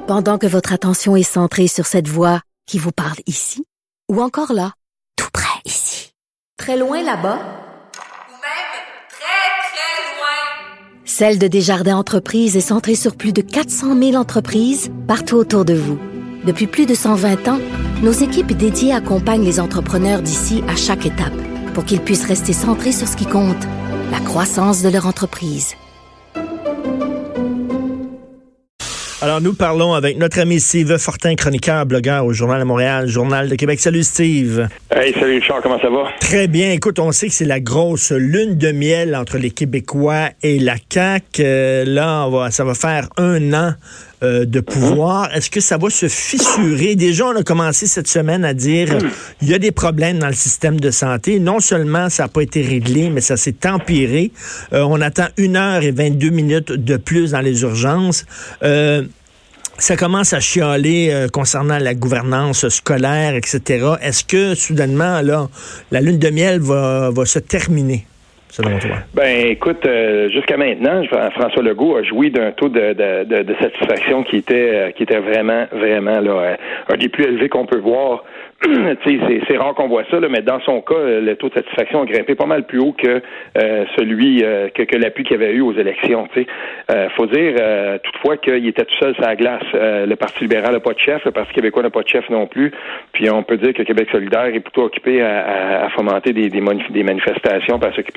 Pendant que votre attention est centrée sur cette voix qui vous parle ici, ou encore là, tout près ici, très loin là-bas, ou même très, très loin. Celle de Desjardins Entreprises est centrée sur plus de 400 000 entreprises partout autour de vous. Depuis plus de 120 ans, nos équipes dédiées accompagnent les entrepreneurs d'ici à chaque étape pour qu'ils puissent rester centrés sur ce qui compte, la croissance de leur entreprise. Alors, nous parlons avec notre ami Steve Fortin, chroniqueur, blogueur au Journal de Montréal, Journal de Québec. Salut, Steve. Hey, salut Richard, comment ça va? Très bien. Écoute, on sait que c'est la grosse lune de miel entre les Québécois et la CAQ. Ça va faire 1 an de pouvoir. Est-ce que ça va se fissurer? Déjà, on a commencé cette semaine à dire il y a des problèmes dans le système de santé. Non seulement ça n'a pas été réglé, mais ça s'est empiré. On attend 1h22 de plus dans les urgences. Ça commence à chialer concernant la gouvernance scolaire, etc. Est-ce que, soudainement, là, la lune de miel va se terminer, selon toi? Ben, écoute, jusqu'à maintenant, François Legault a joui d'un taux de satisfaction qui était vraiment, vraiment là, un des plus élevés qu'on peut voir. C'est rare qu'on voit ça, là, mais dans son cas, le taux de satisfaction a grimpé pas mal plus haut que celui que l'appui qu'il avait eu aux élections. Faut dire toutefois qu'il était tout seul sur la glace. Le Parti libéral n'a pas de chef, le Parti québécois n'a pas de chef non plus. Puis on peut dire que Québec solidaire est plutôt occupé à fomenter des manifestations, à s'occuper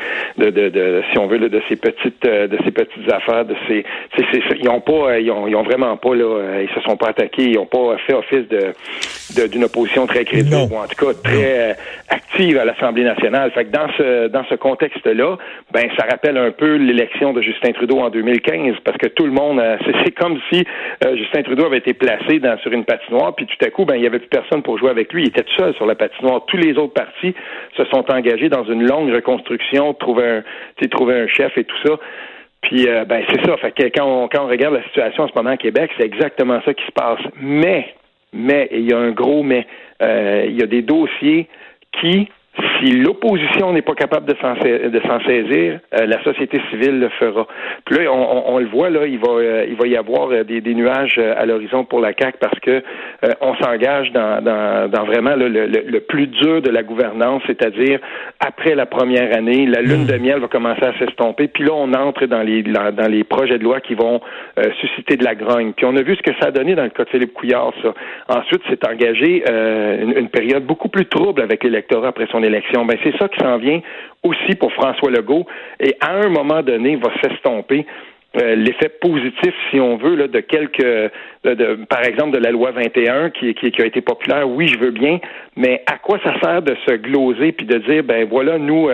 de si on veut là, de ces petites affaires, ils ont vraiment pas là, ils se sont pas attaqués, ils ont pas fait office d'une opposition très crédible, ou en tout cas très active à l'Assemblée nationale. Fait que dans ce contexte-là, ben ça rappelle un peu l'élection de Justin Trudeau en 2015, parce que tout le monde, c'est comme si Justin Trudeau avait été placé sur une patinoire, puis tout à coup, ben il y avait plus personne pour jouer avec lui. Il était tout seul sur la patinoire. Tous les autres partis se sont engagés dans une longue reconstruction, trouver un chef et tout ça. Puis ben c'est ça. Fait que quand on regarde la situation en ce moment à Québec, c'est exactement ça qui se passe. Mais il y a un gros mais. Il y a des dossiers qui, si l'opposition n'est pas capable de s'en saisir, la société civile le fera. Puis là, on le voit, là, il va y avoir des nuages à l'horizon pour la CAQ parce que on s'engage dans vraiment là, le plus dur de la gouvernance, c'est-à-dire après la première année, la lune de miel va commencer à s'estomper, puis là, on entre dans les projets de loi qui vont susciter de la grogne. Puis on a vu ce que ça a donné dans le cas de Philippe Couillard, ça. Ensuite, c'est engagé une période beaucoup plus trouble avec l'électorat après son élection. Ben c'est ça qui s'en vient aussi pour François Legault. Et à un moment donné, va s'estomper l'effet positif, si on veut, là, de quelques, par exemple, de la loi 21 qui a été populaire. Oui, je veux bien, mais à quoi ça sert de se gloser puis de dire, ben voilà, nous,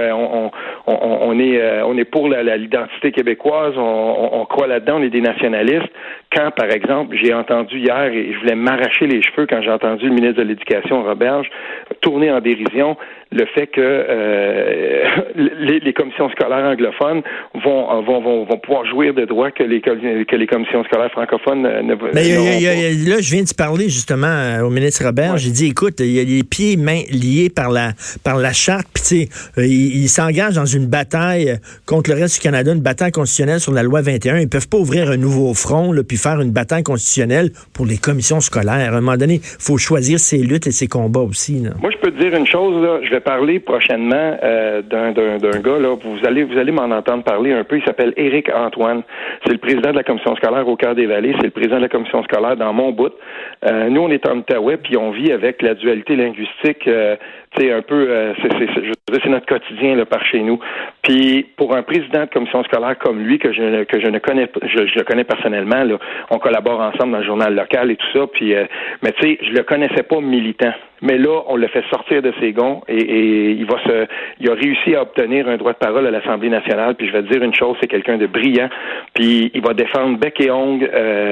on est pour l'identité québécoise, on croit là-dedans, on est des nationalistes. Quand, par exemple, j'ai entendu hier, et je voulais m'arracher les cheveux quand j'ai entendu le ministre de l'Éducation, Roberge, tourner en dérision le fait que les commissions scolaires anglophones vont pouvoir jouir de droits que les commissions scolaires francophones ne vont pas. Là, je viens de parler justement au ministre Robert. Ouais. J'ai dit, écoute, il y a les pieds et mains liés par la charte, puis tu sais, il s'engage dans une bataille contre le reste du Canada, une bataille constitutionnelle sur la loi 21. Ils peuvent pas ouvrir un nouveau front, là, puis faire une bataille constitutionnelle pour les commissions scolaires. À un moment donné, il faut choisir ses luttes et ses combats aussi. Là. Moi, je peux te dire une chose, là. Je vais parler prochainement d'un gars, là. Vous allez m'en entendre parler un peu. Il s'appelle Éric Antoine. C'est le président de la commission scolaire au Cœur des Vallées. C'est le président de la commission scolaire dans Montbout. Nous, on est en Outaouais, puis on vit avec la dualité linguistique. Tu sais, un peu, c'est notre quotidien là par chez nous. Puis pour un président de commission scolaire comme lui que je ne connais, je le connais personnellement. Là, on collabore ensemble dans le journal local et tout ça. Puis, mais tu sais, je le connaissais pas militant. Mais là, on le fait sortir de ses gonds et il a réussi à obtenir un droit de parole à l'Assemblée nationale. Puis je vais te dire une chose, c'est quelqu'un de brillant. Puis il va défendre bec et ongle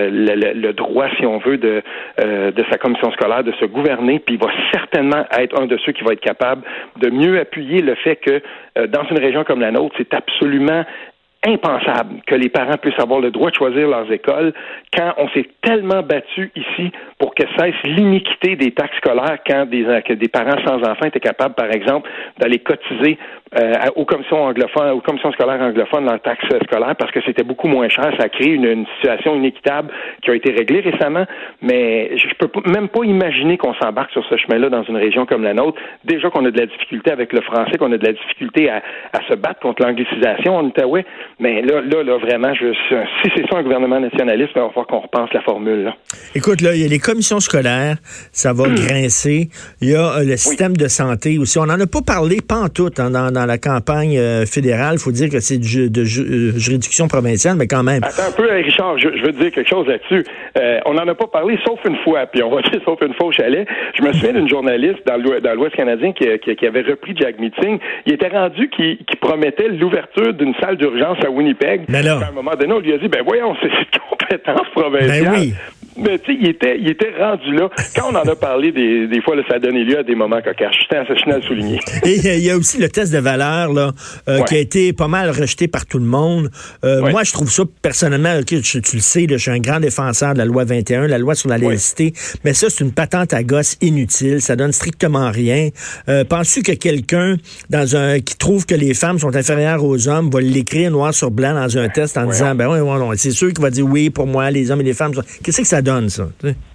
le droit, si on veut, de sa commission scolaire de se gouverner. Puis il va certainement être un de ceux qui va être capable de mieux appuyer le fait que dans une région comme la nôtre, c'est absolument impensable que les parents puissent avoir le droit de choisir leurs écoles quand on s'est tellement battu ici pour que cesse l'iniquité des taxes scolaires quand que des parents sans enfants étaient capables, par exemple, d'aller cotiser aux commissions anglophones, aux commissions scolaires anglophones dans la taxe scolaire parce que c'était beaucoup moins cher. Ça a créé une situation inéquitable qui a été réglée récemment, mais je peux même pas imaginer qu'on s'embarque sur ce chemin-là dans une région comme la nôtre. Déjà qu'on a de la difficulté avec le français, qu'on a de la difficulté à se battre contre l'anglicisation en Outaouais, mais là, vraiment, si c'est ça un gouvernement nationaliste, il va falloir qu'on repense la formule. Là. Écoute, là, il y a les commissions scolaires, ça va grincer. Il y a le système de santé aussi. On n'en a pas parlé pantoute dans la campagne fédérale. Il faut dire que c'est de juridiction provinciale, mais quand même. Attends un peu, Richard, je veux te dire quelque chose là-dessus. On n'en a pas parlé sauf une fois, puis on va dire sauf une fois au chalet. Je me souviens d'une journaliste dans l'Ouest canadien qui avait repris Jack Meeting. Il était rendu qui promettait l'ouverture d'une salle d'urgence à Winnipeg. Mais là, à un moment donné, on lui a dit, voyons, c'est cette compétence provinciale. Ben oui. Mais tu sais, il était rendu là. Quand on en a parlé, des fois, là, ça a donné lieu à des moments cocasses. Je tenais à le souligner. Et il y a aussi le test de valeur là, qui a été pas mal rejeté par tout le monde. Moi, je trouve ça, personnellement, tu le sais, là, je suis un grand défenseur de la loi 21, la loi sur la laïcité, mais ça, c'est une patente à gosse inutile. Ça donne strictement rien. Penses-tu que quelqu'un qui trouve que les femmes sont inférieures aux hommes va l'écrire noir sur blanc dans un test en disant, non, c'est sûr qu'il va dire oui, pour moi, les hommes et les femmes. Qu'est-ce que ça donne, ça?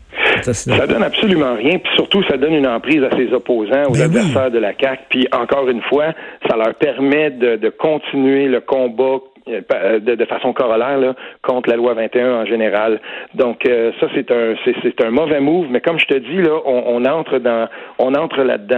Ça donne absolument rien, puis surtout, ça donne une emprise à ses opposants, aux adversaires de la CAQ, puis encore une fois, ça leur permet de continuer le combat de façon corollaire là, contre la loi 21 en général. Donc ça c'est un mauvais move, mais comme je te dis là, on entre là-dedans.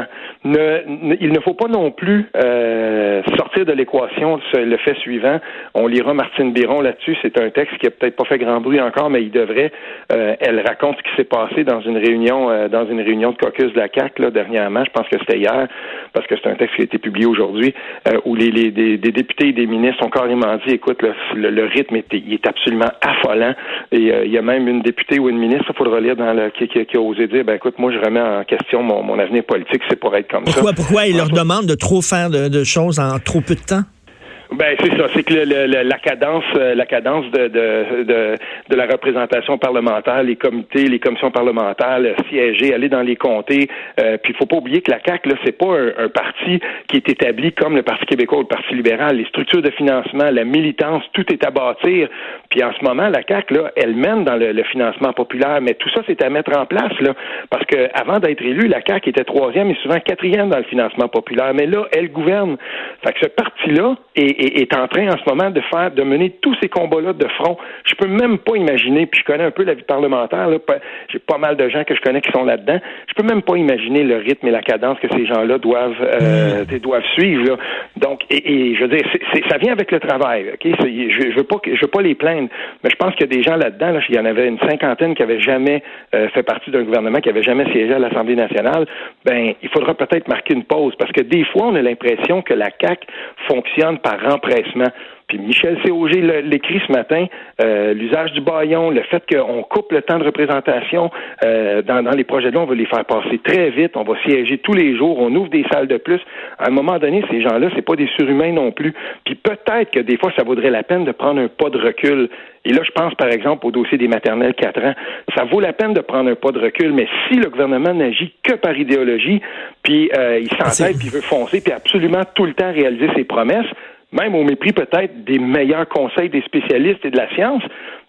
Il ne faut pas non plus sortir de l'équation le fait suivant. On lira Martine Biron là-dessus. C'est un texte qui a peut-être pas fait grand bruit encore, mais il devrait. Elle raconte ce qui s'est passé dans une réunion de caucus de la CAQ là, dernièrement. Je pense que c'était hier, parce que c'est un texte qui a été publié aujourd'hui, où des députés et des ministres ont carrément dit, écoute, le rythme il est absolument affolant. Et il y a même une députée ou une ministre, il faudra lire qui a osé dire, écoute, moi je remets en question mon avenir politique, c'est pour être comme ça. Pourquoi il leur demande de trop faire de choses en trop peu de temps? C'est ça, c'est que la cadence de la représentation parlementaire, les comités, les commissions parlementaires, siéger, aller dans les comtés, puis il faut pas oublier que la CAQ, là, c'est pas un parti qui est établi comme le Parti québécois ou le Parti libéral. Les structures de financement, la militance, tout est à bâtir. Puis en ce moment, la CAQ, là, elle mène dans le financement populaire, mais tout ça, c'est à mettre en place, là, parce que avant d'être élue, la CAQ était 3e et souvent 4e dans le financement populaire, mais là, elle gouverne. Fait que ce parti-là est en train en ce moment de mener tous ces combats-là de front. Je peux même pas imaginer, puis je connais un peu la vie parlementaire, là, j'ai pas mal de gens que je connais qui sont là-dedans, je peux même pas imaginer le rythme et la cadence que ces gens-là doivent suivre. Là. Donc, et je veux dire, ça vient avec le travail. Ok, je veux pas les plaindre, mais je pense qu'il y a des gens là-dedans. Là, il y en avait une cinquantaine qui avaient jamais fait partie d'un gouvernement, qui avaient jamais siégé à l'Assemblée nationale. Il faudra peut-être marquer une pause, parce que des fois, on a l'impression que la CAQ fonctionne par rempressement. Puis Michel C.O.G. l'écrit ce matin, l'usage du bâillon, le fait qu'on coupe le temps de représentation dans les projets de loi, on va les faire passer très vite, on va siéger tous les jours, on ouvre des salles de plus. À un moment donné, ces gens-là, c'est pas des surhumains non plus. Puis peut-être que des fois, ça vaudrait la peine de prendre un pas de recul. Et là, je pense, par exemple, au dossier des maternelles 4 ans. Ça vaut la peine de prendre un pas de recul, mais si le gouvernement n'agit que par idéologie, puis il s'entête, puis il veut foncer, puis absolument tout le temps réaliser ses promesses, même au mépris peut-être des meilleurs conseils des spécialistes et de la science,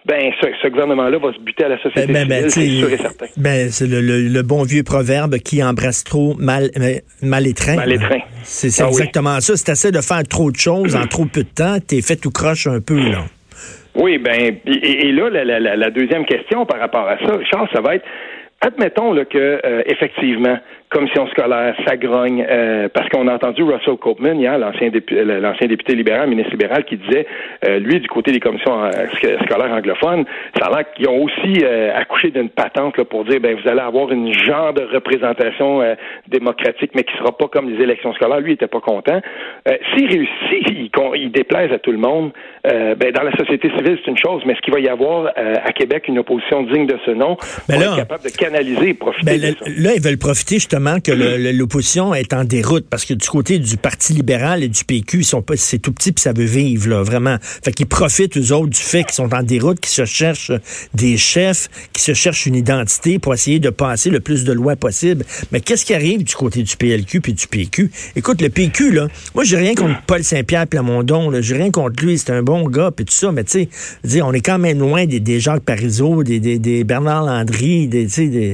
ce gouvernement-là va se buter à la société civile, c'est sûr et certain. C'est le bon vieux proverbe qui embrasse trop mal étreint. Mal étreint. C'est exactement ça. C'est assez de faire trop de choses en trop peu de temps. T'es fait tout croche un peu, là. Oui, et là, la deuxième question par rapport à ça, Richard, ça va être, admettons là, que effectivement, commission scolaire, ça grogne, parce qu'on a entendu Russell Copeman hier, l'ancien député libéral, ministre libéral, qui disait, lui, du côté des commissions scolaires anglophones, ça a l'air qu'ils ont aussi accouché d'une patente là, pour dire, vous allez avoir une genre de représentation démocratique, mais qui sera pas comme les élections scolaires. Lui, il était pas content. S'il réussit, il déplaise à tout le monde, dans la société civile, c'est une chose, mais est-ce qu'il va y avoir à Québec une opposition digne de ce nom pour être capable de canaliser et profiter de ça? Là, ils veulent profiter justement justement que l'opposition est en déroute, parce que du côté du Parti libéral et du PQ, c'est tout petit puis ça veut vivre, là, vraiment. Fait qu'ils profitent, eux autres, du fait qu'ils sont en déroute, qu'ils se cherchent des chefs, qu'ils se cherchent une identité pour essayer de passer le plus de lois possible. Mais qu'est-ce qui arrive du côté du PLQ puis du PQ? Écoute, le PQ, là, moi, j'ai rien contre Paul Saint-Pierre Plamondon, là, j'ai rien contre lui, c'est un bon gars puis tout ça, mais tu sais, on est quand même loin des Jacques Parizeau, des Bernard Landry, des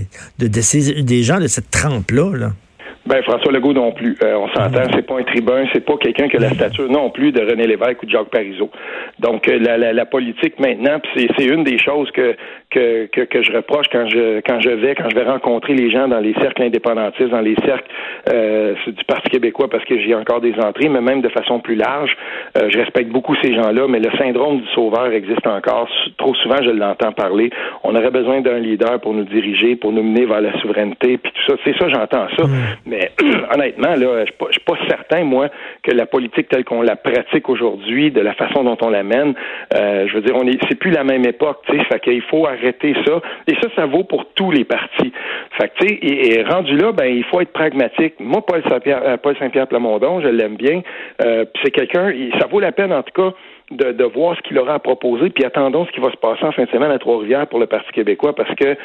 gens de cette trempe-là, là. Ben, François Legault non plus. On s'entend, c'est pas un tribun, c'est pas quelqu'un qui a la stature non plus de René Lévesque ou de Jacques Parizeau. Donc, la politique maintenant, puis c'est une des choses que je reproche quand je vais rencontrer les gens dans les cercles indépendantistes, dans les cercles du Parti québécois, parce que j'ai encore des entrées, mais même de façon plus large. Je respecte beaucoup ces gens-là, mais le syndrome du sauveur existe encore. Trop souvent, je l'entends parler. On aurait besoin d'un leader pour nous diriger, pour nous mener vers la souveraineté, puis tout ça. C'est ça, j'entends ça. Mais honnêtement, là, je suis pas certain, moi, que la politique telle qu'on la pratique aujourd'hui, de la façon dont on la mène, je veux dire, c'est plus la même époque, tu sais, fait qu'il faut arrêter ça. Et ça vaut pour tous les partis. Fait que, tu sais, et rendu là, ben, il faut être pragmatique. Moi, Paul Saint-Pierre Plamondon, je l'aime bien. Puis c'est quelqu'un, ça vaut la peine, en tout cas, de voir ce qu'il aura à proposer, puis attendons ce qui va se passer en fin de semaine à Trois-Rivières pour le Parti québécois, parce que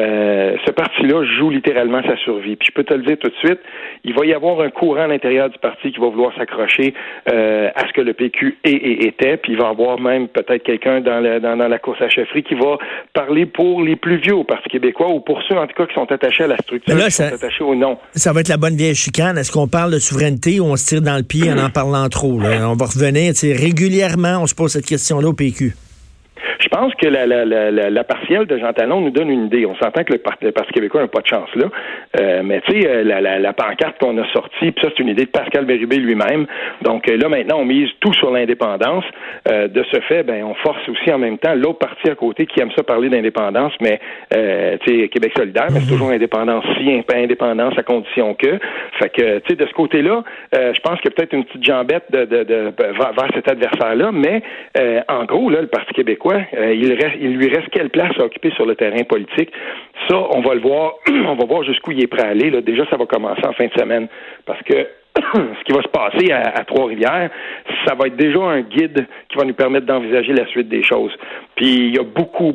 ce parti-là joue littéralement sa survie. Puis je peux te le dire tout de suite, il va y avoir un courant à l'intérieur du parti qui va vouloir s'accrocher à ce que le PQ était, puis il va y avoir même peut-être quelqu'un dans la course à chefferie qui va parler pour les plus vieux au Parti québécois, ou pour ceux en tout cas qui sont attachés à la structure, qui sont attachés au nom. Ça va être la bonne vieille chicane. Est-ce qu'on parle de souveraineté ou on se tire dans le pied en parlant trop, là? On va revenir, tu sais, régulièrement, on se pose cette question-là au PQ. Je pense que la partielle de Jean Talon nous donne une idée. On s'entend que le Parti québécois n'a pas de chance là. Mais tu sais, la pancarte qu'on a sortie, puis ça, c'est une idée de Pascal Bérubé lui-même. Donc là, maintenant, on mise tout sur l'indépendance. De ce fait, ben, on force aussi en même temps l'autre parti à côté qui aime ça parler d'indépendance, mais tu sais, Québec solidaire, mais c'est toujours indépendance si, indépendance à condition que. Fait que, tu sais, de ce côté-là, je pense qu'il y a peut-être une petite jambette vers cet adversaire-là, mais en gros, là, le Parti québécois, il lui reste quelle place à occuper sur le terrain politique? Ça, on va le voir, on va voir jusqu'où il est prêt à aller. Là. Déjà, ça va commencer en fin de semaine, parce que ce qui va se passer à Trois-Rivières, ça va être déjà un guide qui va nous permettre d'envisager la suite des choses. Puis, il y a beaucoup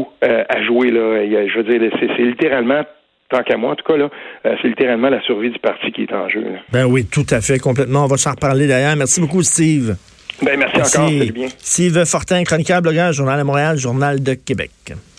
à jouer, là. Je veux dire, c'est littéralement, tant qu'à moi, en tout cas, là, c'est littéralement la survie du parti qui est en jeu. Là. Ben oui, tout à fait, complètement. On va s'en reparler d'ailleurs. Merci beaucoup, Steve. Ben, merci encore, salut bien. Steve Fortin, chroniqueur, blogueur, Journal de Montréal, Journal de Québec.